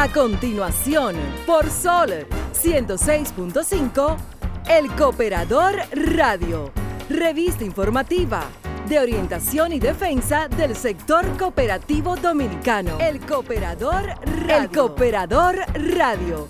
A continuación, por Sol 106.5, El Cooperador Radio, revista informativa de orientación y defensa del sector cooperativo dominicano. El Cooperador Radio. El Cooperador Radio.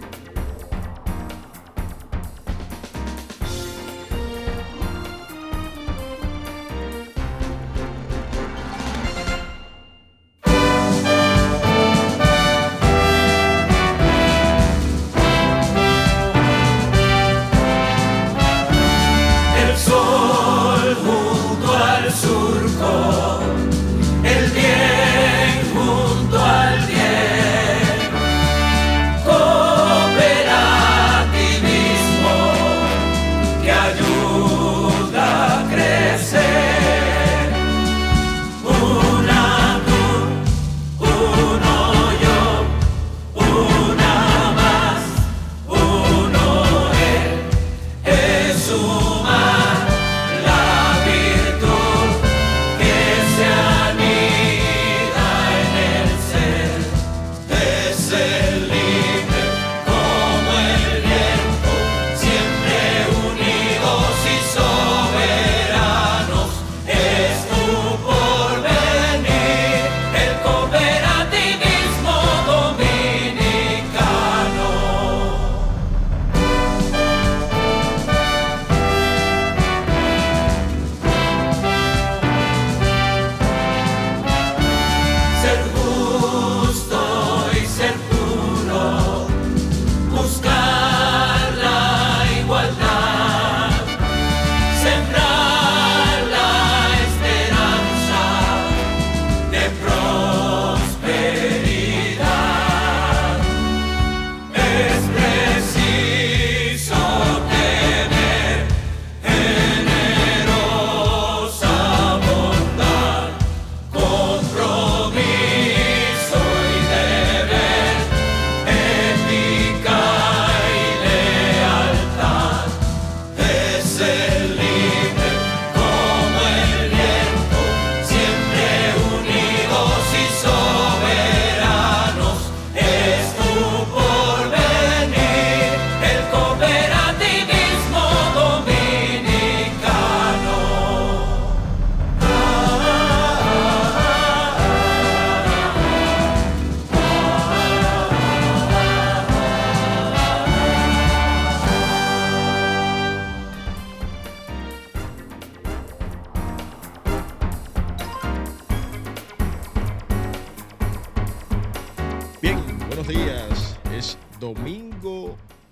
Bien, buenos días. Es domingo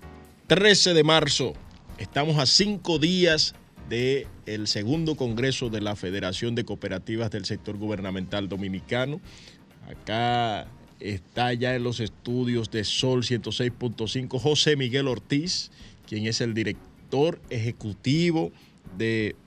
13 de marzo. Estamos a 5 días del segundo congreso de la Federación de Cooperativas del Sector Gubernamental Dominicano. Acá está ya en los estudios de Sol 106.5 José Miguel Ortiz, quien es el director ejecutivo de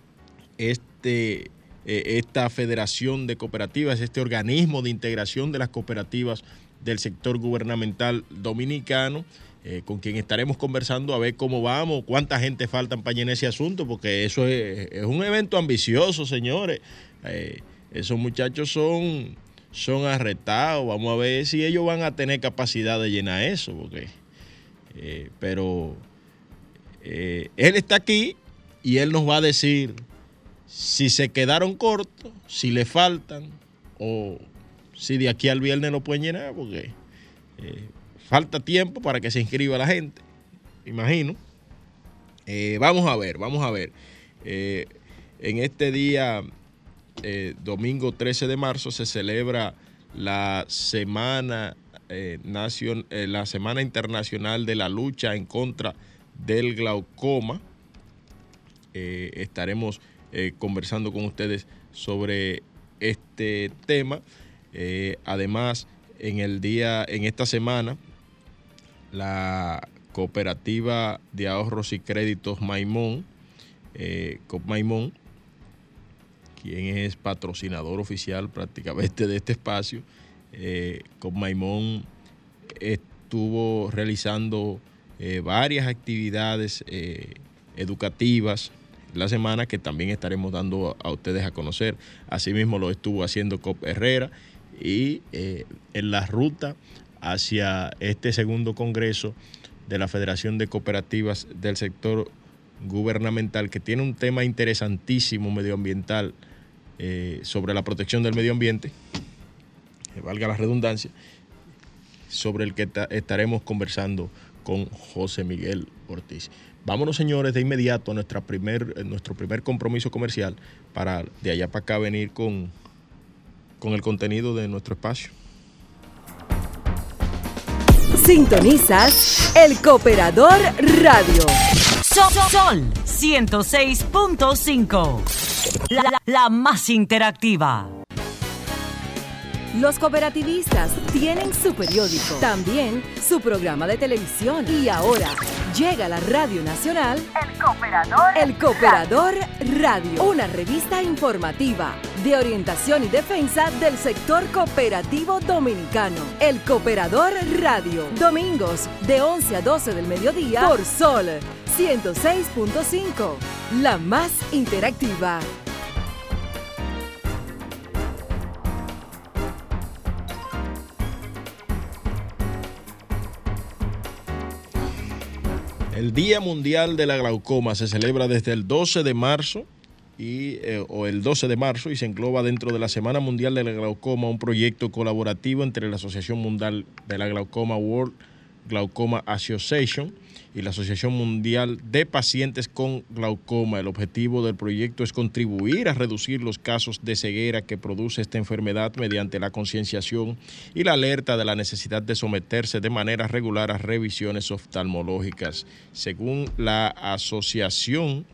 esta Federación de Cooperativas, este organismo de integración de las cooperativas del sector gubernamental dominicano, con quien estaremos conversando a ver cómo vamos, cuánta gente falta para llenar ese asunto, porque eso es un evento ambicioso, señores. Esos muchachos son arrestados. Vamos a ver si ellos van a tener capacidad de llenar eso, porque pero él está aquí y él nos va a decir si se quedaron cortos, si le faltan o si de aquí al viernes lo pueden llenar, porque falta tiempo para que se inscriba la gente, imagino. Vamos a ver. En este día, domingo 13 de marzo, se celebra la Semana Internacional de la Lucha en contra del glaucoma. Estaremos conversando con ustedes sobre este tema. Además, en esta semana, la Cooperativa de Ahorros y Créditos Maimón, Copmaimón, quien es patrocinador oficial prácticamente de este espacio, Copmaimón estuvo realizando varias actividades educativas la semana que también estaremos dando a ustedes a conocer. Asimismo lo estuvo haciendo COP Herrera y en la ruta hacia este segundo congreso de la Federación de Cooperativas del Sector Gubernamental, que tiene un tema interesantísimo medioambiental sobre la protección del medio ambiente, valga la redundancia, sobre el que estaremos conversando con José Miguel Ortiz. Vámonos, señores, de inmediato a nuestro primer compromiso comercial para de allá para acá venir con el contenido de nuestro espacio. Sintonizas El Cooperador Radio. Sol 106.5. La más interactiva. Los cooperativistas tienen su periódico, también su programa de televisión y ahora llega a la Radio Nacional El Cooperador Radio, una revista informativa de orientación y defensa del sector cooperativo dominicano. El Cooperador Radio, domingos de 11 a 12 del mediodía por Sol 106.5, la más interactiva. El Día Mundial de la Glaucoma se celebra desde el 12 de marzo y se engloba dentro de la Semana Mundial de la Glaucoma, un proyecto colaborativo entre la Asociación Mundial de la Glaucoma, World Glaucoma Association, y la Asociación Mundial de Pacientes con Glaucoma. El objetivo del proyecto es contribuir a reducir los casos de ceguera que produce esta enfermedad mediante la concienciación y la alerta de la necesidad de someterse de manera regular a revisiones oftalmológicas. Según la Asociación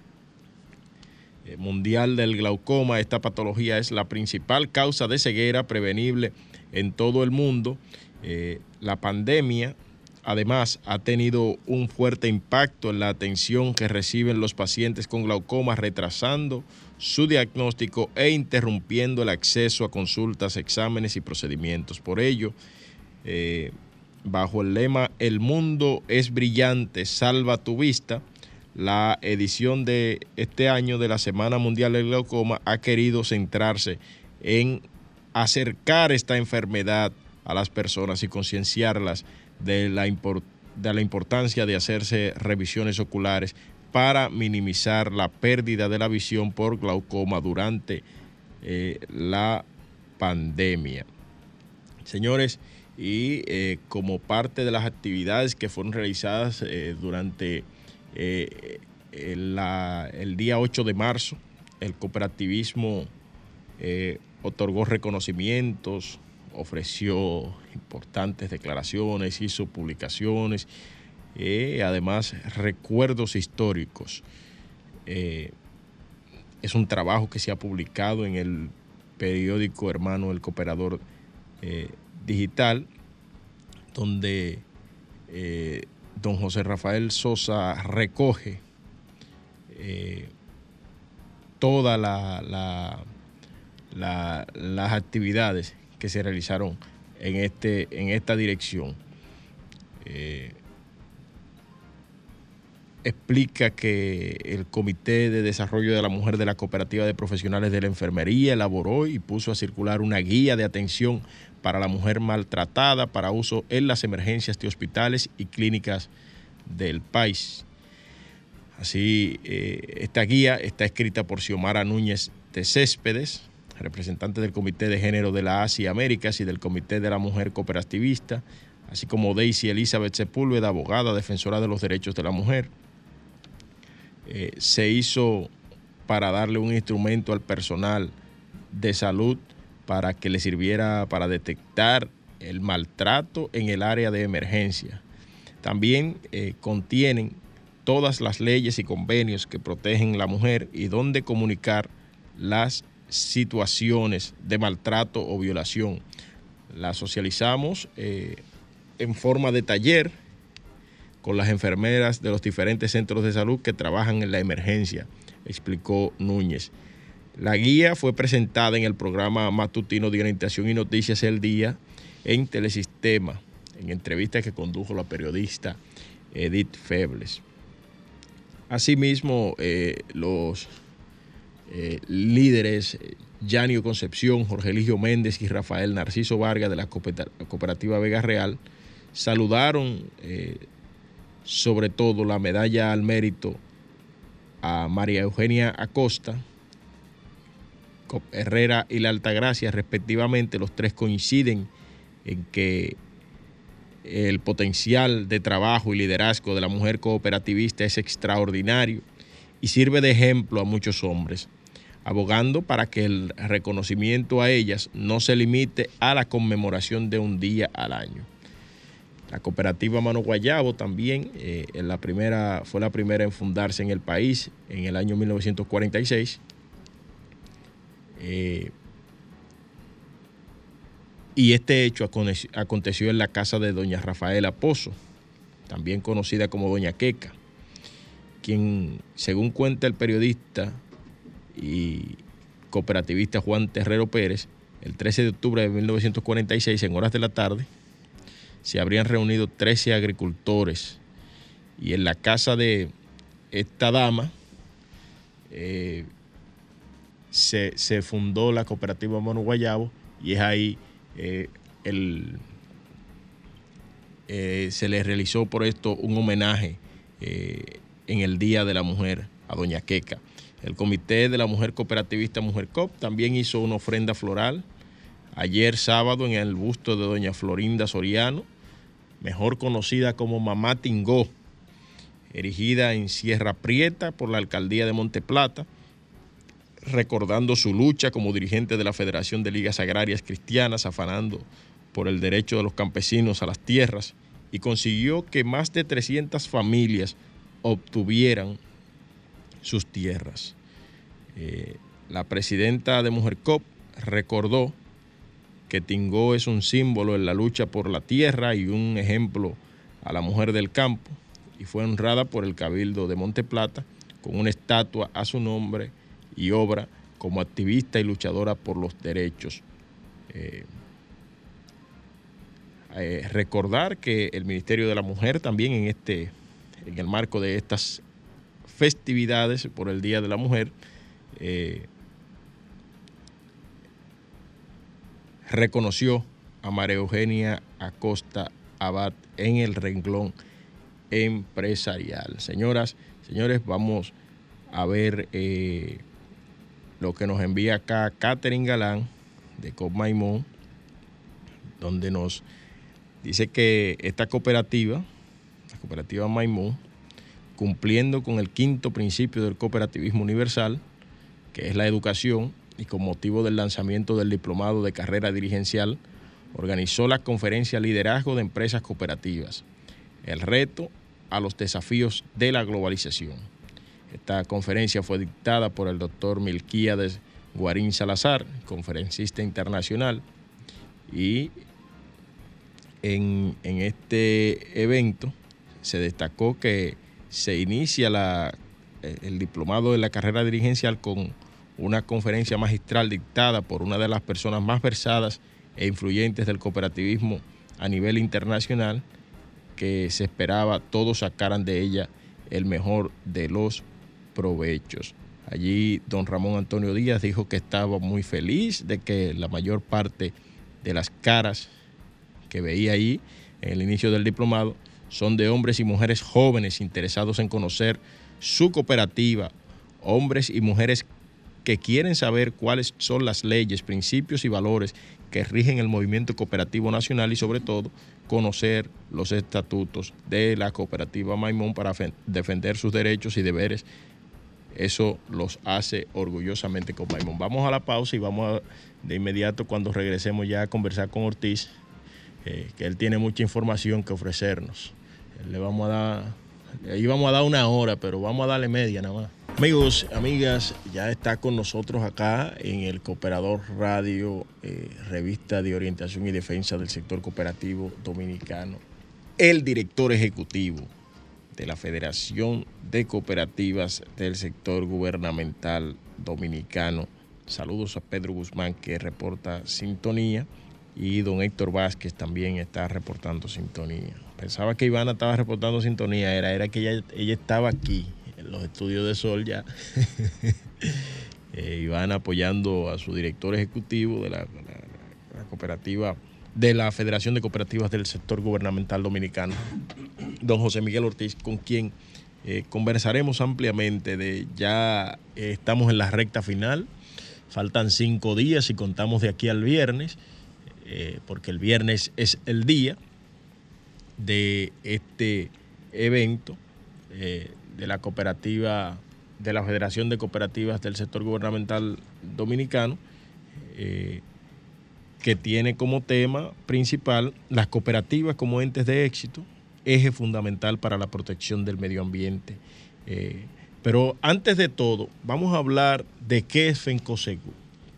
Mundial del Glaucoma, esta patología es la principal causa de ceguera prevenible en todo el mundo. La pandemia además ha tenido un fuerte impacto en la atención que reciben los pacientes con glaucoma, retrasando su diagnóstico e interrumpiendo el acceso a consultas, exámenes y procedimientos. Por ello, bajo el lema "El mundo es brillante, salva tu vista", la edición de este año de la Semana Mundial del Glaucoma ha querido centrarse en acercar esta enfermedad a las personas y concienciarlas de la importancia de hacerse revisiones oculares para minimizar la pérdida de la visión por glaucoma durante la pandemia. Señores, y como parte de las actividades que fueron realizadas durante el día 8 de marzo, el cooperativismo otorgó reconocimientos, ofreció importantes declaraciones, hizo publicaciones, además recuerdos históricos. Es un trabajo que se ha publicado en el periódico hermano El Cooperador Digital, donde don José Rafael Sosa recoge todas las actividades que se realizaron en esta dirección. Explica que el Comité de Desarrollo de la Mujer de la Cooperativa de Profesionales de la Enfermería elaboró y puso a circular una guía de atención para la mujer maltratada para uso en las emergencias de hospitales y clínicas del país. Así, esta guía está escrita por Xiomara Núñez de Céspedes, representante del Comité de Género de la Asia Américas y del Comité de la Mujer Cooperativista, así como Daisy Elizabeth Sepúlveda, abogada, defensora de los derechos de la mujer. Se hizo para darle un instrumento al personal de salud para que le sirviera para detectar el maltrato en el área de emergencia. También contienen todas las leyes y convenios que protegen a la mujer y donde comunicar las situaciones de maltrato o violación. La socializamos en forma de taller con las enfermeras de los diferentes centros de salud que trabajan en la emergencia, explicó Núñez. La guía fue presentada en el programa matutino de orientación y noticias El Día en Telesistema, en entrevista que condujo la periodista Edith Febles. Asimismo, los líderes Yanio Concepción, Jorge Eligio Méndez y Rafael Narciso Vargas de la Cooperativa Vega Real saludaron sobre todo la medalla al mérito a María Eugenia Acosta, Herrera y La Altagracia, respectivamente. Los tres coinciden en que el potencial de trabajo y liderazgo de la mujer cooperativista es extraordinario y sirve de ejemplo a muchos hombres, abogando para que el reconocimiento a ellas no se limite a la conmemoración de un día al año. La cooperativa Mano Guayabo también fue la primera en fundarse en el país en el año 1946. Y este hecho aconteció en la casa de doña Rafaela Pozo, también conocida como doña Queca, quien, según cuenta el periodista y cooperativista Juan Terrero Pérez, el 13 de octubre de 1946, en horas de la tarde, se habrían reunido 13 agricultores y en la casa de esta dama se fundó la cooperativa Mano Guayabo, y es ahí se le realizó por esto un homenaje en el Día de la Mujer a doña Queca. El Comité de la Mujer Cooperativista Mujer COP también hizo una ofrenda floral ayer sábado en el busto de doña Florinda Soriano, mejor conocida como Mamá Tingó, erigida en Sierra Prieta por la alcaldía de Monteplata, recordando su lucha como dirigente de la Federación de Ligas Agrarias Cristianas, afanando por el derecho de los campesinos a las tierras, y consiguió que más de 300 familias obtuvieran sus tierras. La presidenta de Mujer COP recordó que Tingó es un símbolo en la lucha por la tierra y un ejemplo a la mujer del campo, y fue honrada por el Cabildo de Monteplata con una estatua a su nombre y obra como activista y luchadora por los derechos. Recordar que el Ministerio de la Mujer también en el marco de estas festividades por el Día de la Mujer reconoció a María Eugenia Acosta Abad en el renglón empresarial. Señoras, señores, vamos a ver lo que nos envía acá Catherine Galán de COP Maimón, donde nos dice que esta cooperativa, la cooperativa Maimón, cumpliendo con el quinto principio del cooperativismo universal, que es la educación, y con motivo del lanzamiento del diplomado de carrera dirigencial, organizó la conferencia Liderazgo de Empresas Cooperativas, el reto a los desafíos de la globalización. Esta conferencia fue dictada por el doctor Milquíades Guarín Salazar, conferencista internacional, y en este evento se destacó que se inicia el diplomado de la carrera dirigencial con una conferencia magistral dictada por una de las personas más versadas e influyentes del cooperativismo a nivel internacional, que se esperaba todos sacaran de ella el mejor de los provechos. Allí don Ramón Antonio Díaz dijo que estaba muy feliz de que la mayor parte de las caras que veía ahí en el inicio del diplomado son de hombres y mujeres jóvenes interesados en conocer su cooperativa, hombres y mujeres que quieren saber cuáles son las leyes, principios y valores que rigen el movimiento cooperativo nacional, y sobre todo conocer los estatutos de la cooperativa Maimón para defender sus derechos y deberes. Eso los hace orgullosamente con Maimón. Vamos a la pausa y vamos de inmediato, cuando regresemos, ya a conversar con Ortiz, que él tiene mucha información que ofrecernos. Vamos a dar una hora, pero vamos a darle media nada más. Amigos, amigas, ya está con nosotros acá en el Cooperador Radio, revista de orientación y defensa del sector cooperativo dominicano, el director ejecutivo de la Federación de Cooperativas del Sector Gubernamental Dominicano. Saludos a Pedro Guzmán, que reporta sintonía, y don Héctor Vázquez también está reportando sintonía. Pensaba que Ivana estaba reportando sintonía, era que ella estaba aquí en los estudios de Sol ya. Ivana apoyando a su director ejecutivo de la cooperativa, de la Federación de Cooperativas del Sector Gubernamental Dominicano, don José Miguel Ortiz, con quien conversaremos ampliamente. Ya estamos en la recta final, faltan 5 días y contamos de aquí al viernes, porque el viernes es el día de este evento de la cooperativa, de la Federación de Cooperativas del Sector Gubernamental Dominicano, que tiene como tema principal las cooperativas como entes de éxito, eje fundamental para la protección del medio ambiente. Pero antes de todo, vamos a hablar de qué es FENCOSEGU.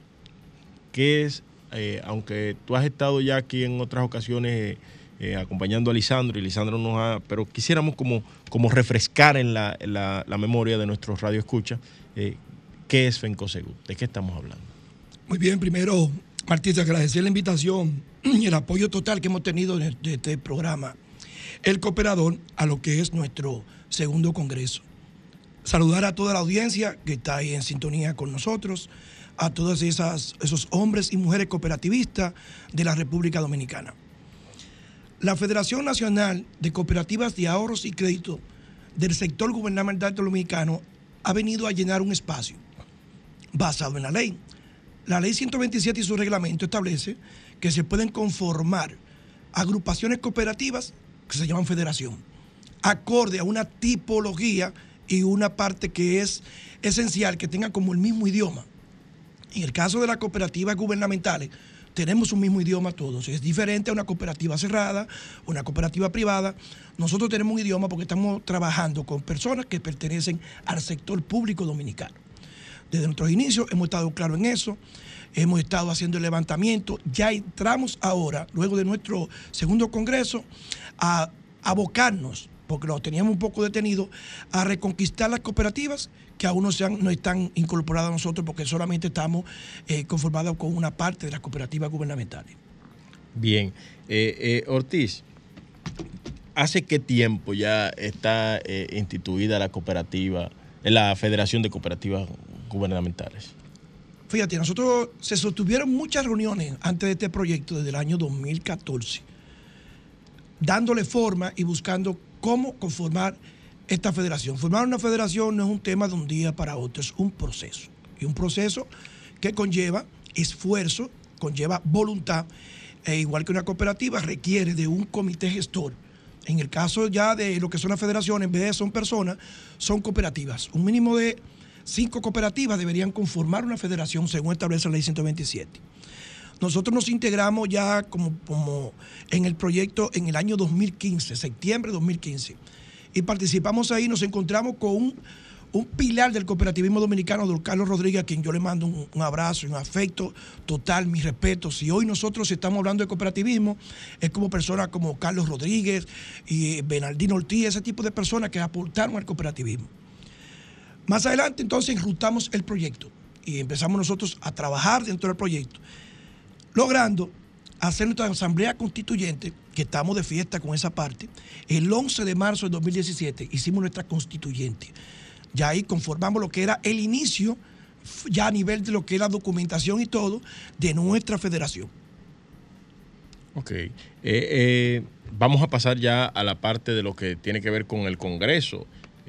¿Qué es? Aunque tú has estado ya aquí en otras ocasiones acompañando a Lisandro, y Lisandro pero quisiéramos como refrescar en la memoria de nuestros radioescuchas, ¿qué es FENCOSEGU? ¿De qué estamos hablando? Muy bien, primero, Martín, agradecer la invitación y el apoyo total que hemos tenido de este programa, El Cooperador, a lo que es nuestro segundo congreso. Saludar a toda la audiencia que está ahí en sintonía con nosotros, a todos esos hombres y mujeres cooperativistas de la República Dominicana. La Federación Nacional de Cooperativas de Ahorros y Crédito del Sector Gubernamental Dominicano ha venido a llenar un espacio basado en la ley. La ley 127 y su reglamento establece que se pueden conformar agrupaciones cooperativas que se llaman federación, acorde a una tipología y una parte que es esencial, que tenga como el mismo idioma. En el caso de las cooperativas gubernamentales, tenemos un mismo idioma todos. Es diferente a una cooperativa cerrada, una cooperativa privada. Nosotros tenemos un idioma porque estamos trabajando con personas que pertenecen al sector público dominicano. Desde nuestros inicios hemos estado claros en eso, hemos estado haciendo el levantamiento. Ya entramos ahora, luego de nuestro segundo congreso, a abocarnos, porque lo teníamos un poco detenido, a reconquistar las cooperativas que aún no están incorporadas a nosotros, porque solamente estamos conformados con una parte de las cooperativas gubernamentales. Bien. Ortiz, ¿hace qué tiempo ya está instituida la cooperativa, la Federación de Cooperativas Gubernamentales? Fíjate, nosotros se sostuvieron muchas reuniones antes de este proyecto desde el año 2014, dándole forma y buscando cómo conformar esta federación. Formar una federación no es un tema de un día para otro, es un proceso. Y un proceso que conlleva esfuerzo, conlleva voluntad, igual que una cooperativa requiere de un comité gestor. En el caso ya de lo que son las federaciones, en vez de son personas, son cooperativas. Un mínimo de 5 cooperativas deberían conformar una federación según establece la ley 127. Nosotros nos integramos ya como en el proyecto en el año 2015, septiembre de 2015. Y participamos ahí, nos encontramos con un pilar del cooperativismo dominicano, don Carlos Rodríguez, a quien yo le mando un abrazo y un afecto total, mis respetos. Si hoy nosotros estamos hablando de cooperativismo, es como personas como Carlos Rodríguez y Bernardino Ortiz, ese tipo de personas que aportaron al cooperativismo. Más adelante, entonces, enrutamos el proyecto y empezamos nosotros a trabajar dentro del proyecto, logrando hacer nuestra asamblea constituyente, que estamos de fiesta con esa parte. El 11 de marzo de 2017 hicimos nuestra constituyente. Ya ahí conformamos lo que era el inicio, ya a nivel de lo que es la documentación y todo, de nuestra federación. Ok. Vamos a pasar ya a la parte de lo que tiene que ver con el Congreso.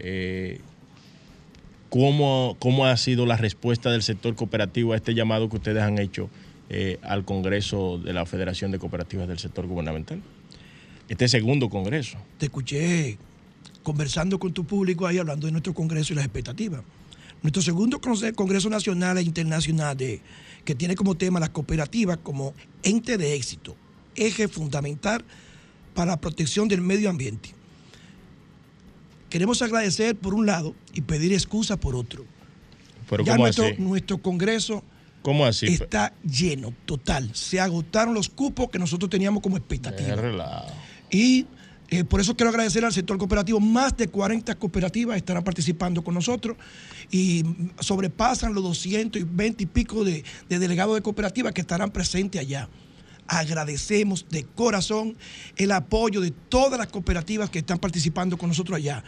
¿Cómo ha sido la respuesta del sector cooperativo a este llamado que ustedes han hecho al Congreso de la Federación de Cooperativas del Sector Gubernamental? Este segundo Congreso. Te escuché conversando con tu público ahí, hablando de nuestro Congreso y las expectativas. Nuestro segundo Congreso Nacional e Internacional que tiene como tema las cooperativas como ente de éxito, eje fundamental para la protección del medio ambiente. Queremos agradecer por un lado y pedir excusas por otro. ¿Pero ya cómo así? Nuestro Congreso ¿Cómo así? Está lleno, total. Se agotaron los cupos que nosotros teníamos como expectativa. Y por eso quiero agradecer al sector cooperativo. Más de 40 cooperativas estarán participando con nosotros y sobrepasan los 220 y pico de delegados de cooperativas que estarán presentes allá. Agradecemos de corazón el apoyo de todas las cooperativas que están participando con nosotros allá.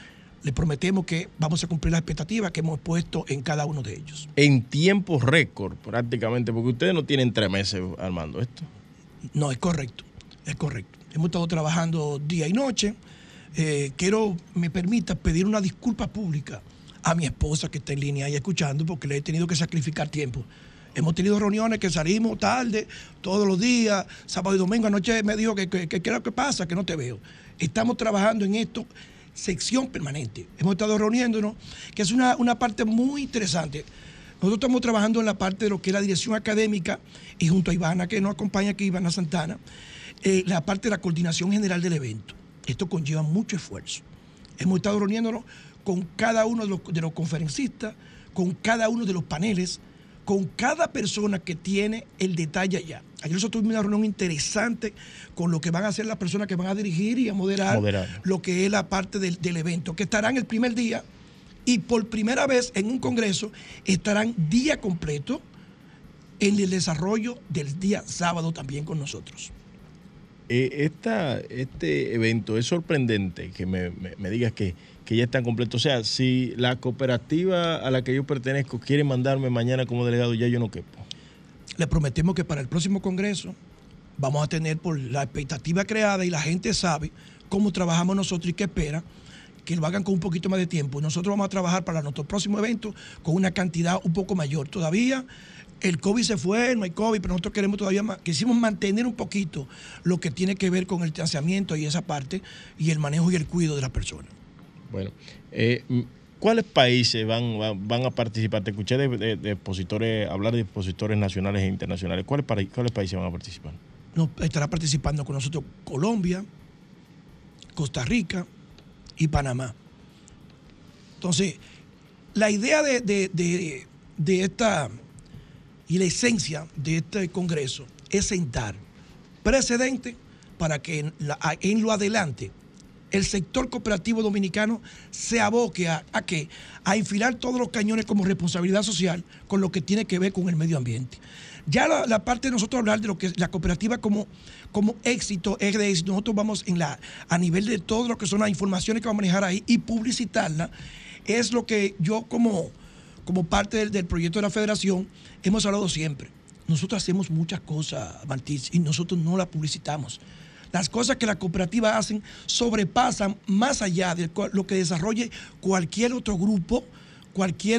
Les prometemos que vamos a cumplir las expectativas que hemos puesto en cada uno de ellos. En tiempo récord, prácticamente, porque ustedes no tienen 3 meses armando esto. No, es correcto, es correcto. Hemos estado trabajando día y noche. Me permita pedir una disculpa pública a mi esposa que está en línea y escuchando, porque le he tenido que sacrificar tiempo. Hemos tenido reuniones que salimos tarde, todos los días, sábado y domingo. Anoche me dijo que ¿qué es lo que pasa? Que no te veo. Estamos trabajando en esto, sección permanente. Hemos estado reuniéndonos, que es una parte muy interesante. Nosotros estamos trabajando en la parte de lo que es la dirección académica y junto a Ivana, que nos acompaña aquí, Ivana Santana, la parte de la coordinación general del evento. Esto conlleva mucho esfuerzo. Hemos estado reuniéndonos con cada uno de los conferencistas, con cada uno de los paneles, con cada persona que tiene el detalle allá. Ayer nosotros tuvimos una reunión interesante con lo que van a hacer las personas que van a dirigir y a moderar. Lo que es la parte del evento, que estarán el primer día y por primera vez en un congreso estarán día completo en el desarrollo del día sábado también con nosotros. Este evento es sorprendente que me digas que ya están completos. O sea, si la cooperativa a la que yo pertenezco quiere mandarme mañana como delegado, ya yo no quepo. Le prometemos que para el próximo congreso vamos a tener por la expectativa creada y la gente sabe cómo trabajamos nosotros y qué espera, que lo hagan con un poquito más de tiempo. Nosotros vamos a trabajar para nuestro próximo evento con una cantidad un poco mayor. Todavía el COVID se fue, no hay COVID, pero nosotros queremos todavía más, quisimos mantener un poquito lo que tiene que ver con el distanciamiento y esa parte y el manejo y el cuidado de las personas. Bueno, ¿cuáles países van a participar? Te escuché de expositores, hablar de expositores nacionales e internacionales. ¿Cuáles países van a participar? No, estará participando con nosotros Colombia, Costa Rica y Panamá. Entonces, la idea de esta y la esencia de este congreso es sentar precedente para que en lo adelante el sector cooperativo dominicano se aboque a enfilar todos los cañones como responsabilidad social con lo que tiene que ver con el medio ambiente. Ya la parte de nosotros hablar de lo que es la cooperativa como éxito, es de éxito. Nosotros vamos a nivel de todo lo que son las informaciones que vamos a manejar ahí y publicitarla, es lo que yo como parte del proyecto de la federación hemos hablado siempre. Nosotros hacemos muchas cosas, Martí, y nosotros no las publicitamos. Las cosas que las cooperativas hacen sobrepasan más allá de lo que desarrolle cualquier otro grupo, cualquier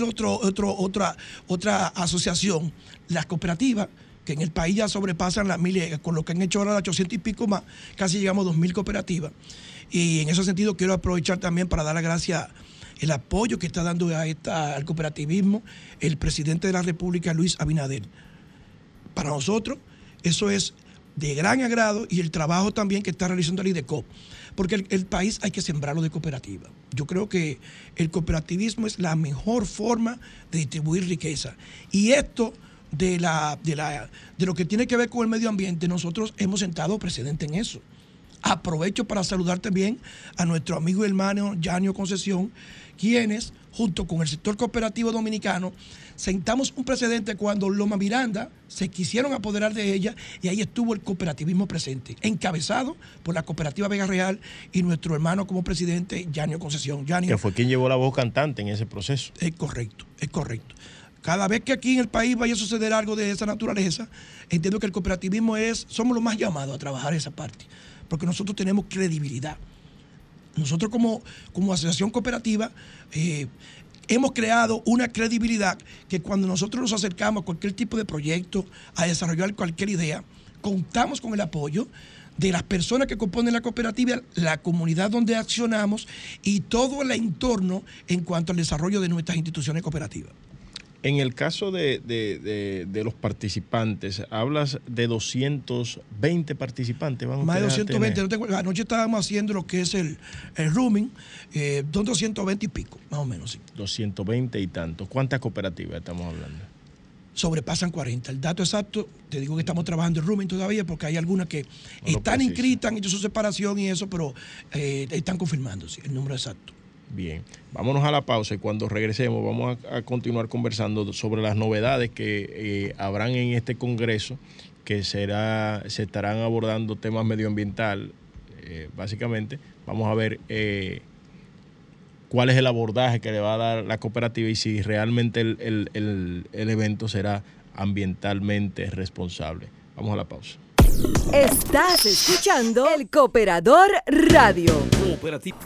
otra asociación. Las cooperativas, que en el país ya sobrepasan las 1.000, con lo que han hecho ahora las 800 y pico más, casi llegamos a 2.000 cooperativas. Y en ese sentido quiero aprovechar también para dar las gracias, el apoyo que está dando al cooperativismo el presidente de la República, Luis Abinader. Para nosotros eso es de gran agrado y el trabajo también que está realizando el IDECOP, porque el país hay que sembrarlo de cooperativa. Yo creo que el cooperativismo es la mejor forma de distribuir riqueza. Y esto de lo que tiene que ver con el medio ambiente, nosotros hemos sentado precedente en eso. Aprovecho para saludar también a nuestro amigo y hermano Yanio Concesión, quienes, junto con el sector cooperativo dominicano, sentamos un precedente cuando Loma Miranda se quisieron apoderar de ella y ahí estuvo el cooperativismo presente, encabezado por la cooperativa Vega Real y nuestro hermano como presidente, Yanio Concesión. Yanio, que fue quien llevó la voz cantante en ese proceso. Es correcto, es correcto. Cada vez que aquí en el país vaya a suceder algo de esa naturaleza, entiendo que el cooperativismo somos los más llamados a trabajar esa parte, porque nosotros tenemos credibilidad. Nosotros como asociación cooperativa hemos creado una credibilidad que cuando nosotros nos acercamos a cualquier tipo de proyecto, a desarrollar cualquier idea, contamos con el apoyo de las personas que componen la cooperativa, la comunidad donde accionamos y todo el entorno en cuanto al desarrollo de nuestras instituciones cooperativas. En el caso de los participantes, hablas de 220 participantes. Más de 220. Anoche estábamos haciendo lo que es el rooming, 220 y pico, más o menos. Sí. 220 y tantos. ¿Cuántas cooperativas estamos hablando? Sobrepasan 40. El dato exacto, te digo que estamos trabajando en rooming todavía porque hay algunas que están inscritas, han hecho su separación y eso, pero están confirmándose el número exacto. Bien, vámonos a la pausa y cuando regresemos vamos a continuar conversando sobre las novedades que habrán en este congreso, que se estarán abordando temas medioambientales, básicamente. Vamos a ver cuál es el abordaje que le va a dar la cooperativa y si realmente el evento será ambientalmente responsable. Vamos a la pausa. Estás escuchando El Cooperador Radio. Cooperativa.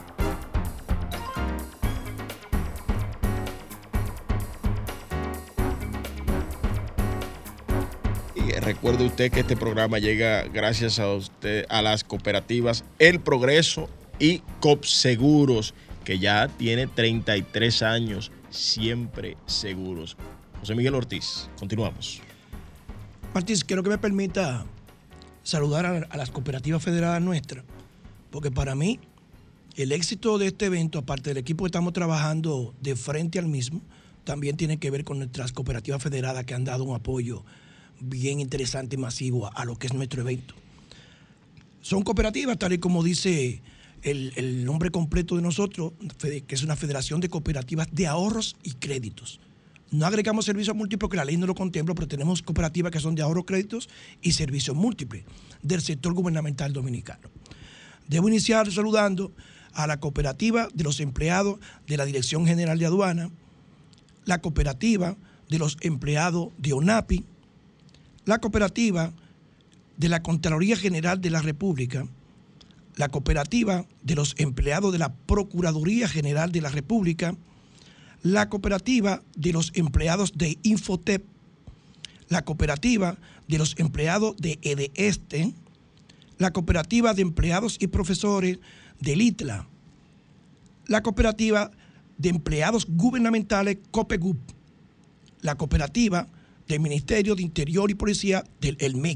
Y recuerde usted que este programa llega gracias a usted, a las cooperativas El Progreso y COPSEGUROS, que ya tiene 33 años, siempre seguros. José Miguel Ortiz, continuamos. Martín, quiero que me permita saludar a las cooperativas federadas nuestras, porque para mí el éxito de este evento, aparte del equipo que estamos trabajando de frente al mismo, también tiene que ver con nuestras cooperativas federadas que han dado un apoyo bien interesante y masivo a lo que es nuestro evento. Son cooperativas, tal y como dice el nombre completo de nosotros, que es una federación de cooperativas de ahorros y créditos. No agregamos servicios múltiples porque la ley no lo contempla, pero tenemos cooperativas que son de ahorros, créditos y servicios múltiples del sector gubernamental dominicano. Debo iniciar saludando a la cooperativa de los empleados de la Dirección General de Aduana, la cooperativa de los empleados de ONAPI, la cooperativa de la Contraloría General de la República, la cooperativa de los empleados de la Procuraduría General de la República, la cooperativa de los empleados de Infotep, la cooperativa de los empleados de EDESTE, la cooperativa de empleados y profesores del ITLA, la cooperativa de empleados gubernamentales COPEGUP, la cooperativa del Ministerio de Interior y Policía del ELMEC.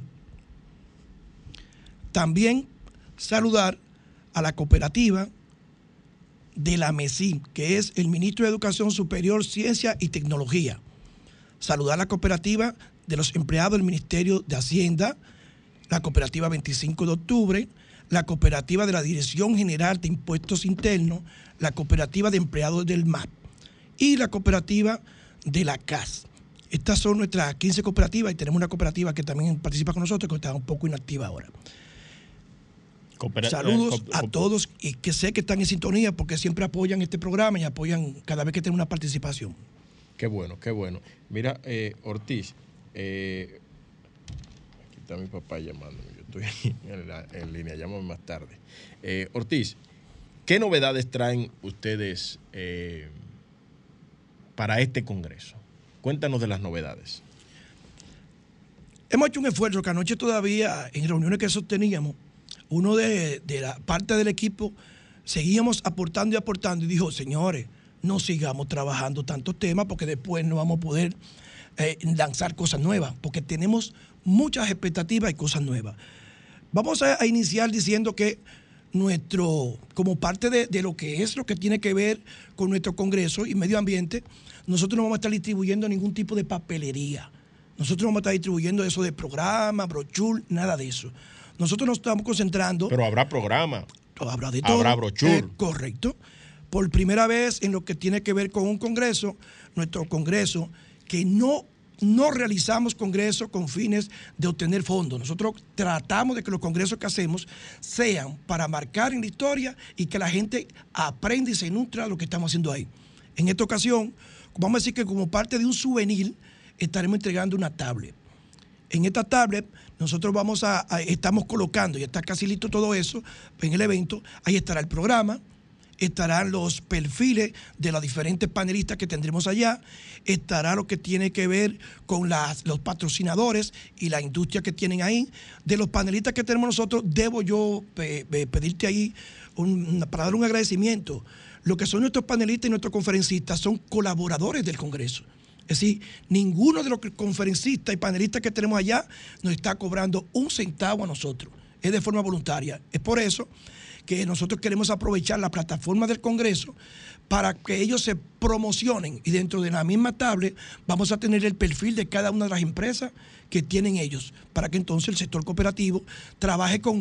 También saludar a la cooperativa de la MESI, que es el Ministro de Educación Superior, Ciencia y Tecnología. Saludar a la cooperativa de los empleados del Ministerio de Hacienda, la cooperativa 25 de octubre, la cooperativa de la Dirección General de Impuestos Internos, la cooperativa de empleados del MAP y la cooperativa de la CAS. Estas son nuestras 15 cooperativas y tenemos una cooperativa que también participa con nosotros, que está un poco inactiva ahora. Saludos a todos y que sé que están en sintonía porque siempre apoyan este programa y apoyan cada vez que tenemos una participación. Qué bueno, qué bueno. Mira, Ortiz, aquí está mi papá llamándome, yo estoy en línea, llámame más tarde. Ortiz, ¿qué novedades traen ustedes para este Congreso? Cuéntanos de las novedades. Hemos hecho un esfuerzo que anoche todavía, en reuniones que sosteníamos, uno de la parte del equipo seguíamos aportando y aportando y dijo, señores, no sigamos trabajando tantos temas porque después no vamos a poder lanzar cosas nuevas, porque tenemos muchas expectativas y cosas nuevas. Vamos a iniciar diciendo que como parte de lo que es lo que tiene que ver con nuestro Congreso y medio ambiente, nosotros no vamos a estar distribuyendo ningún tipo de papelería. Nosotros no vamos a estar distribuyendo eso de programa, brochure, nada de eso. Nosotros nos estamos concentrando. Pero habrá programa. Habrá de todo. Habrá brochure. Correcto. Por primera vez en lo que tiene que ver con un Congreso, nuestro Congreso, que no realizamos congresos con fines de obtener fondos. Nosotros tratamos de que los congresos que hacemos sean para marcar en la historia y que la gente aprenda y se nutra de lo que estamos haciendo ahí. En esta ocasión, vamos a decir que como parte de un souvenir, estaremos entregando una tablet. En esta tablet nosotros estamos colocando, ya está casi listo todo eso, en el evento, ahí estará el programa, estarán los perfiles de los diferentes panelistas que tendremos allá, estará lo que tiene que ver con los patrocinadores y la industria que tienen ahí. De los panelistas que tenemos nosotros, debo yo pedirte ahí para dar un agradecimiento. Lo que son nuestros panelistas y nuestros conferencistas son colaboradores del Congreso. Es decir, ninguno de los conferencistas y panelistas que tenemos allá nos está cobrando un centavo a nosotros. Es de forma voluntaria. Es por eso que nosotros queremos aprovechar la plataforma del Congreso para que ellos se promocionen y dentro de la misma tablet vamos a tener el perfil de cada una de las empresas que tienen ellos, para que entonces el sector cooperativo trabaje con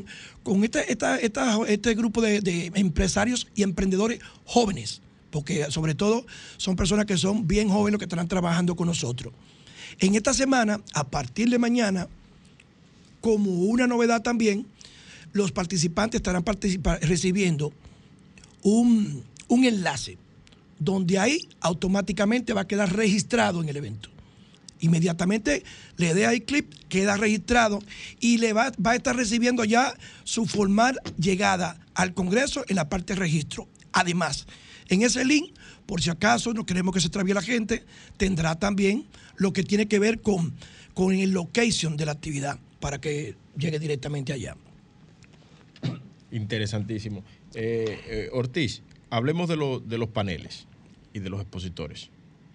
este grupo de empresarios y emprendedores jóvenes, porque sobre todo son personas que son bien jóvenes los que estarán trabajando con nosotros. En esta semana, a partir de mañana, como una novedad también, los participantes estarán recibiendo un enlace donde ahí automáticamente va a quedar registrado en el evento. Inmediatamente le dé ahí clip, queda registrado y le va a estar recibiendo ya su formal llegada al Congreso en la parte de registro. Además, en ese link, por si acaso no queremos que se extravíe la gente, tendrá también lo que tiene que ver con el location de la actividad para que llegue directamente allá. Interesantísimo. Ortiz, hablemos de los paneles y de los expositores.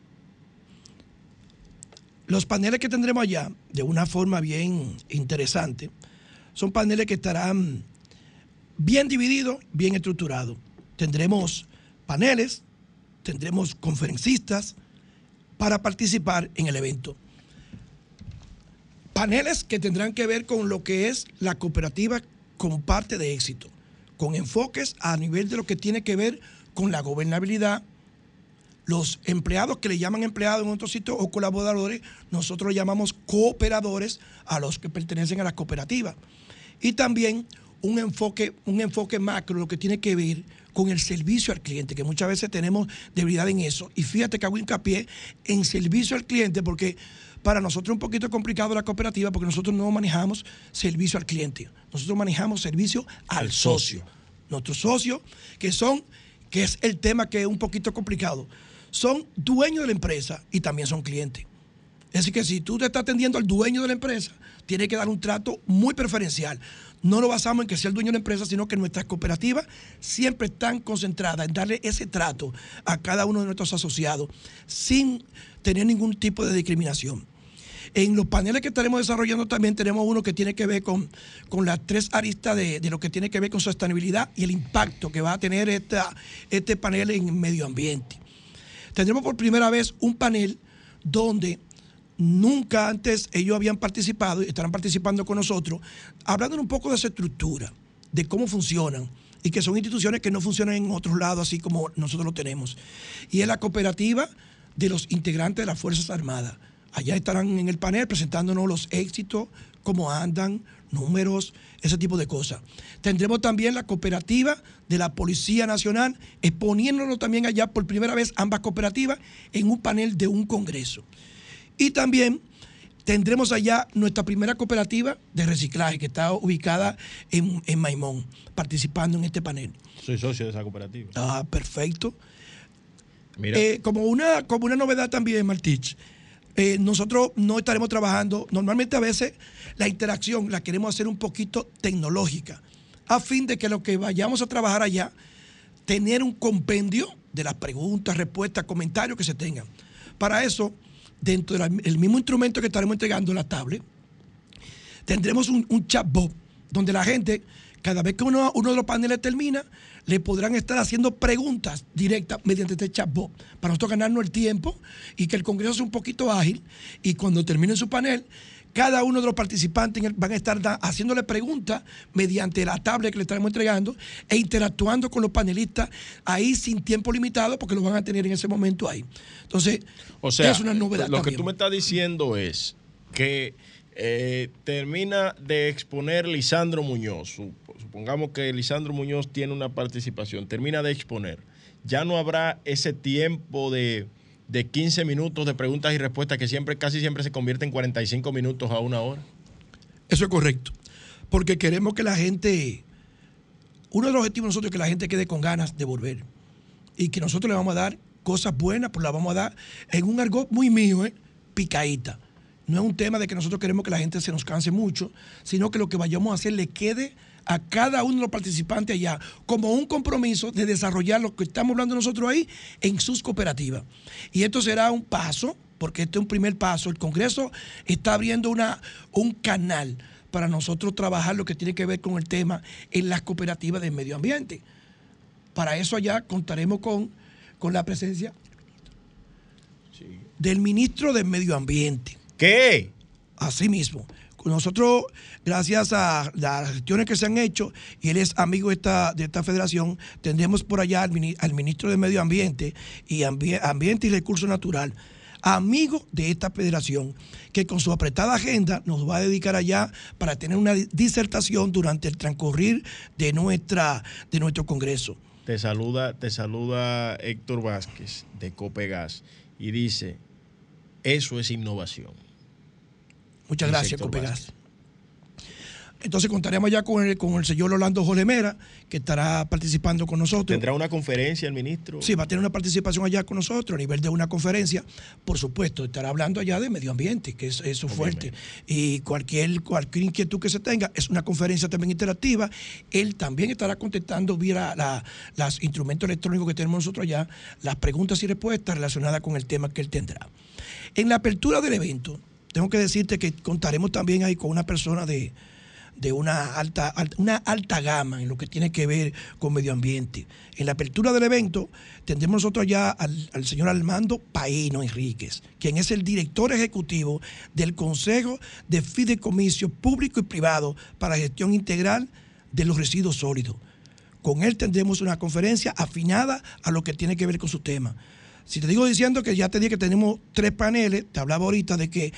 Los paneles que tendremos allá, de una forma bien interesante, son paneles que estarán bien divididos, bien estructurados. Tendremos paneles, tendremos conferencistas para participar en el evento. Paneles que tendrán que ver con lo que es la cooperativa como parte de éxito, con enfoques a nivel de lo que tiene que ver con la gobernabilidad. Los empleados que le llaman empleados en otros sitios o colaboradores, nosotros le llamamos cooperadores a los que pertenecen a las cooperativas. Y también un enfoque macro, lo que tiene que ver con el servicio al cliente, que muchas veces tenemos debilidad en eso. Y fíjate que hago hincapié en servicio al cliente porque para nosotros es un poquito complicado la cooperativa porque nosotros no manejamos servicio al cliente, nosotros manejamos servicio al socio. Nuestros socios, que es el tema que es un poquito complicado, son dueños de la empresa y también son clientes. Es decir, que si tú te estás atendiendo al dueño de la empresa, tienes que dar un trato muy preferencial. No lo basamos en que sea el dueño de la empresa, sino que nuestras cooperativas siempre están concentradas en darle ese trato a cada uno de nuestros asociados sin tener ningún tipo de discriminación. En los paneles que estaremos desarrollando también tenemos uno que tiene que ver con las tres aristas de lo que tiene que ver con sostenibilidad y el impacto que va a tener este panel en medio ambiente. Tendremos por primera vez un panel donde nunca antes ellos habían participado y estarán participando con nosotros, hablando un poco de esa estructura, de cómo funcionan y que son instituciones que no funcionan en otros lados así como nosotros lo tenemos. Y es la cooperativa de los integrantes de las Fuerzas Armadas. Allá estarán en el panel presentándonos los éxitos, cómo andan, números, ese tipo de cosas. Tendremos también la cooperativa de la Policía Nacional, exponiéndonos también allá por primera vez ambas cooperativas en un panel de un congreso. Y también tendremos allá nuestra primera cooperativa de reciclaje que está ubicada en Maimón, participando en este panel. Soy socio de esa cooperativa. Ah, perfecto. Mira. Como una novedad también, Martich, nosotros no estaremos trabajando, normalmente a veces la interacción la queremos hacer un poquito tecnológica, a fin de que lo que vayamos a trabajar allá, tener un compendio de las preguntas, respuestas, comentarios que se tengan. Para eso, dentro del mismo instrumento que estaremos entregando, la tablet, tendremos un chatbot donde la gente, cada vez que uno de los paneles termina, le podrán estar haciendo preguntas directas mediante este chatbot para nosotros ganarnos el tiempo y que el Congreso sea un poquito ágil y cuando termine su panel, cada uno de los participantes van a estar haciéndole preguntas mediante la tablet que le estaremos entregando e interactuando con los panelistas ahí sin tiempo limitado porque lo van a tener en ese momento ahí. Entonces, o sea, es una novedad lo también. que tú me estás diciendo es que termina de exponer Lisandro Muñoz. Supongamos que Lisandro Muñoz tiene una participación, termina de exponer. Ya no habrá ese tiempo de 15 minutos de preguntas y respuestas que casi siempre se convierte en 45 minutos a una hora. Eso es correcto, porque queremos que la gente, uno de los objetivos de nosotros es que la gente quede con ganas de volver y que nosotros le vamos a dar cosas buenas, pues las vamos a dar en un argot muy mío, picadita. No es un tema de que nosotros queremos que la gente se nos canse mucho, sino que lo que vayamos a hacer le quede a cada uno de los participantes allá como un compromiso de desarrollar lo que estamos hablando nosotros ahí en sus cooperativas. Y esto será un paso, porque este es un primer paso. El Congreso está abriendo un canal para nosotros trabajar lo que tiene que ver con el tema en las cooperativas del medio ambiente. Para eso allá contaremos con la presencia del ministro del Medio Ambiente. ¿Qué? Así mismo. Nosotros, gracias a las gestiones que se han hecho, y él es amigo de esta federación, tendremos por allá al ministro de Medio Ambiente y Ambiente y Recursos Naturales, amigo de esta federación, que con su apretada agenda nos va a dedicar allá para tener una disertación durante el transcurrir de nuestro congreso. Te saluda Héctor Vázquez de Copegas y dice, eso es innovación. Muchas gracias, Copegas. Entonces contaremos ya con el señor Orlando Jorge Mera, que estará participando con nosotros. ¿Tendrá una conferencia el ministro? Sí, va a tener una participación allá con nosotros a nivel de una conferencia. Por supuesto, estará hablando allá de medio ambiente, que es eso fuerte. Y cualquier inquietud que se tenga, es una conferencia también interactiva. Él también estará contestando vía los instrumentos electrónicos que tenemos nosotros allá, las preguntas y respuestas relacionadas con el tema que él tendrá. En la apertura del evento, tengo que decirte que contaremos también ahí con una persona de una alta gama en lo que tiene que ver con medio ambiente. En la apertura del evento tendremos nosotros ya al señor Armando Paino Enríquez, quien es el director ejecutivo del Consejo de Fideicomiso Público y Privado para la Gestión Integral de los Residuos Sólidos. Con él tendremos una conferencia afinada a lo que tiene que ver con su tema. Si te digo diciendo que ya te dije que tenemos 3 paneles, te hablaba ahorita de que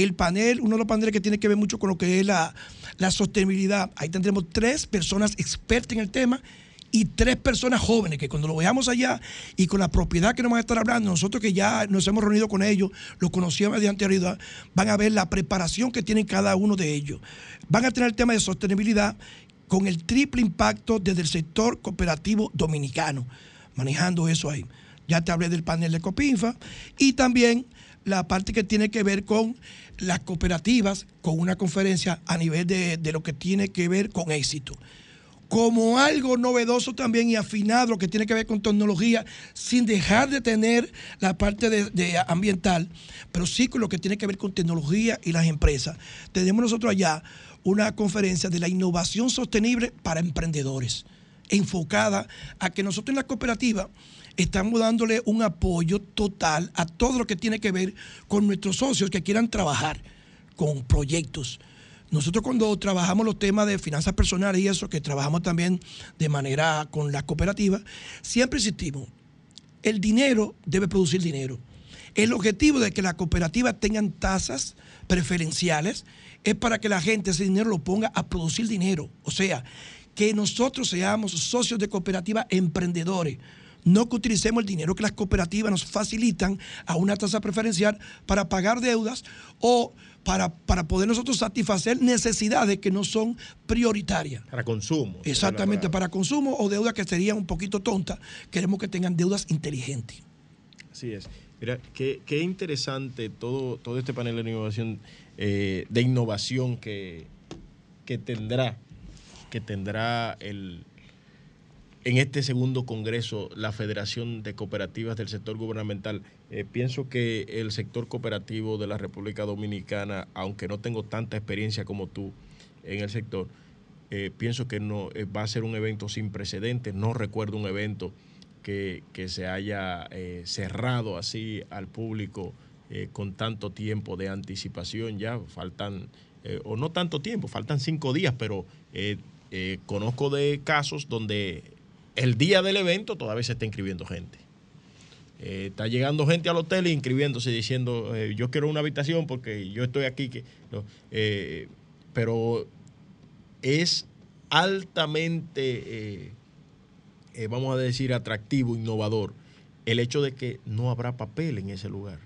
uno de los paneles que tiene que ver mucho con lo que es la sostenibilidad, ahí tendremos 3 personas expertas en el tema y 3 personas jóvenes que cuando lo veamos allá y con la propiedad que nos van a estar hablando, nosotros que ya nos hemos reunido con ellos, los conocíamos de anterioridad, van a ver la preparación que tienen cada uno de ellos. Van a tener el tema de sostenibilidad con el triple impacto desde el sector cooperativo dominicano, manejando eso ahí. Ya te hablé del panel de Copinfa y también la parte que tiene que ver con las cooperativas, con una conferencia a nivel de lo que tiene que ver con éxito. Como algo novedoso también y afinado lo que tiene que ver con tecnología, sin dejar de tener la parte de ambiental, pero sí con lo que tiene que ver con tecnología y las empresas. Tenemos nosotros allá una conferencia de la innovación sostenible para emprendedores, enfocada a que nosotros en la cooperativa estamos dándole un apoyo total a todo lo que tiene que ver con nuestros socios que quieran trabajar con proyectos. Nosotros cuando trabajamos los temas de finanzas personales y eso, que trabajamos también de manera con las cooperativas, siempre insistimos, el dinero debe producir dinero. El objetivo de que las cooperativas tengan tasas preferenciales es para que la gente ese dinero lo ponga a producir dinero. O sea, que nosotros seamos socios de cooperativas emprendedores. No que utilicemos el dinero que las cooperativas nos facilitan a una tasa preferencial para pagar deudas o para poder nosotros satisfacer necesidades que no son prioritarias. Para consumo. Exactamente, para consumo o deudas que serían un poquito tontas. Queremos que tengan deudas inteligentes. Así es. Mira, qué interesante todo este panel de innovación que tendrá en este segundo congreso la Federación de Cooperativas del Sector Gubernamental. Pienso que el sector cooperativo de la República Dominicana, aunque no tengo tanta experiencia como tú en el sector, pienso que no va a ser un evento sin precedentes. No recuerdo un evento que se haya cerrado así al público con tanto tiempo de anticipación. Ya faltan, o no tanto tiempo, faltan 5 días, pero conozco de casos donde el día del evento todavía se está inscribiendo gente. Está llegando gente al hotel e inscribiéndose diciendo yo quiero una habitación porque yo estoy aquí. Pero es altamente, vamos a decir, atractivo, innovador, el hecho de que no habrá papel en ese lugar.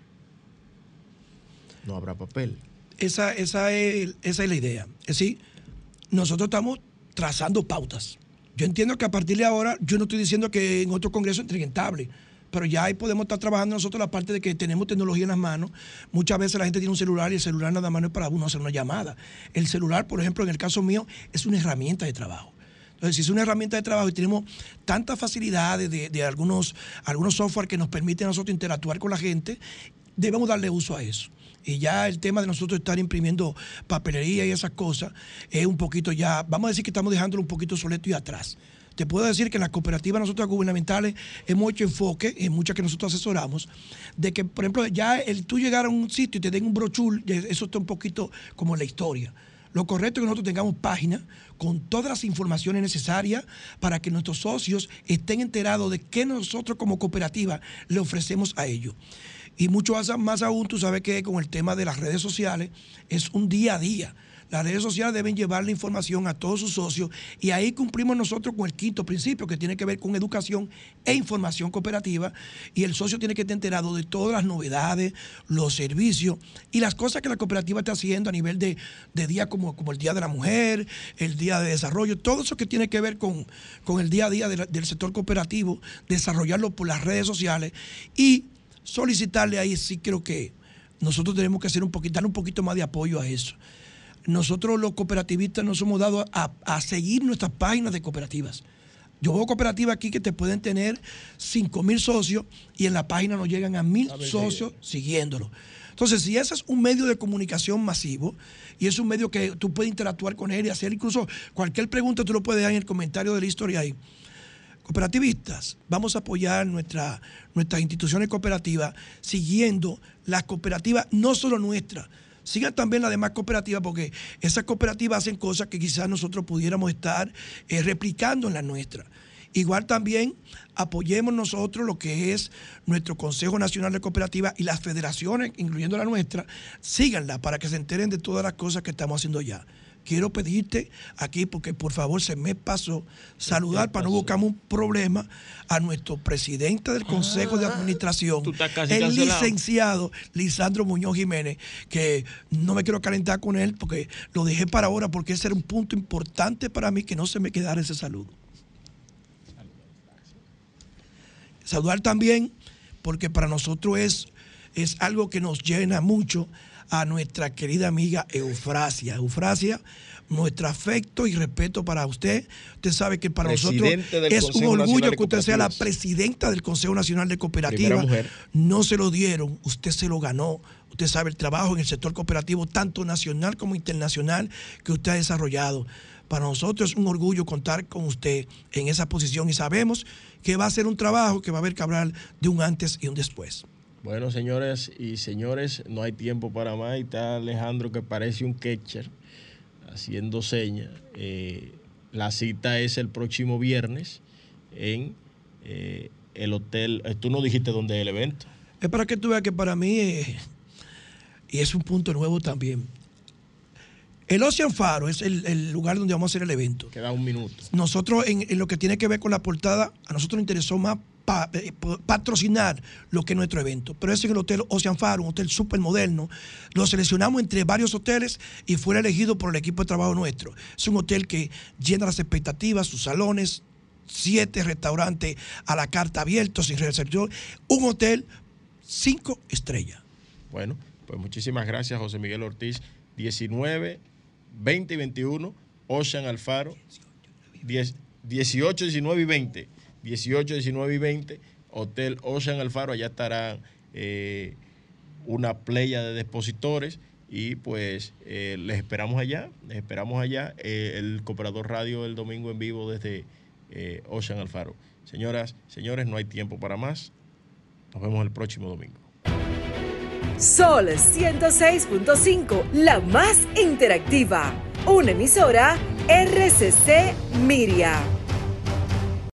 No habrá papel. Esa es la idea. Es decir, nosotros estamos trazando pautas. Yo entiendo que a partir de ahora, yo no estoy diciendo que en otro congreso entreguen tablet, pero ya ahí podemos estar trabajando nosotros la parte de que tenemos tecnología en las manos. Muchas veces la gente tiene un celular y el celular nada más no es para uno hacer una llamada. El celular, por ejemplo, en el caso mío, es una herramienta de trabajo. Entonces, si es una herramienta de trabajo y tenemos tantas facilidades de algunos software que nos permiten a nosotros interactuar con la gente, debemos darle uso a eso. Y ya el tema de nosotros estar imprimiendo papelería y esas cosas es un poquito ya, vamos a decir que estamos dejándolo un poquito soleto y atrás. Te puedo decir que en las cooperativas nosotros gubernamentales hemos hecho enfoque, en muchas que nosotros asesoramos, de que, por ejemplo, ya el tú llegar a un sitio y te den un brochure, eso está un poquito como en la historia. Lo correcto es que nosotros tengamos páginas con todas las informaciones necesarias para que nuestros socios estén enterados de qué nosotros como cooperativa le ofrecemos a ellos. Y mucho más aún, tú sabes que con el tema de las redes sociales es un día a día. Las redes sociales deben llevar la información a todos sus socios y ahí cumplimos nosotros con el quinto principio que tiene que ver con educación e información cooperativa, y el socio tiene que estar enterado de todas las novedades, los servicios y las cosas que la cooperativa está haciendo a nivel de día como el Día de la Mujer, el Día de Desarrollo, todo eso que tiene que ver con el día a día del sector cooperativo, desarrollarlo por las redes sociales y solicitarle ahí. Sí creo que nosotros tenemos que hacer darle un poquito más de apoyo a eso. Nosotros los cooperativistas nos hemos dado a seguir nuestras páginas de cooperativas. Yo veo cooperativas aquí que te pueden tener 5,000 socios y en la página nos llegan a 1,000 socios siguiéndolo. Entonces, si ese es un medio de comunicación masivo y es un medio que tú puedes interactuar con él y hacer incluso cualquier pregunta, tú lo puedes dar en el comentario de la historia ahí. Cooperativistas, vamos a apoyar nuestras instituciones cooperativas siguiendo las cooperativas, no solo nuestras, sigan también las demás cooperativas, porque esas cooperativas hacen cosas que quizás nosotros pudiéramos estar replicando en las nuestras. Igual también apoyemos nosotros lo que es nuestro Consejo Nacional de Cooperativas y las federaciones, incluyendo la nuestra, síganla para que se enteren de todas las cosas que estamos haciendo ya. Quiero pedirte aquí, porque por favor se me pasó, saludar para no buscarme un problema a nuestro presidente del Consejo de Administración, el licenciado Lisandro Muñoz Jiménez, que no me quiero calentar con él porque lo dejé para ahora, porque ese era un punto importante para mí, que no se me quedara ese saludo. Saludar también, porque para nosotros es algo que nos llena mucho, a nuestra querida amiga Eufrasia. Eufrasia, nuestro afecto y respeto para usted. Usted sabe que para nosotros es un orgullo que usted sea la presidenta del Consejo Nacional de Cooperativas. No se lo dieron, usted se lo ganó. Usted sabe el trabajo en el sector cooperativo, tanto nacional como internacional, que usted ha desarrollado. Para nosotros es un orgullo contar con usted en esa posición y sabemos que va a ser un trabajo que va a haber que hablar de un antes y un después. Bueno, señores y señores, no hay tiempo para más. Y está Alejandro, que parece un catcher haciendo señas. La cita es el próximo viernes en el hotel. Tú no dijiste dónde es el evento. Es para que tú veas que para mí, y es un punto nuevo también, el Ocean Faro es el lugar donde vamos a hacer el evento. Queda un minuto. Nosotros, en lo que tiene que ver con la portada, a nosotros nos interesó más patrocinar lo que es nuestro evento. Pero es en el Hotel Ocean Faro, un hotel súper moderno. Lo seleccionamos entre varios hoteles y fue elegido por el equipo de trabajo nuestro. Es un hotel que llena las expectativas, sus salones, 7 restaurantes a la carta abiertos, sin reservación. Un hotel 5 estrellas. Bueno, pues muchísimas gracias, José Miguel Ortiz. 19, 20 y 21, Ocean al Faro. 18, 19 y 20. 18, 19 y 20, Hotel Ocean al Faro. Allá estará una playa de expositores y pues les esperamos allá. El Cooperador Radio el domingo en vivo desde Ocean al Faro. Señoras, señores, no hay tiempo para más. Nos vemos el próximo domingo. Sol 106.5, la más interactiva. Una emisora RCC Miria.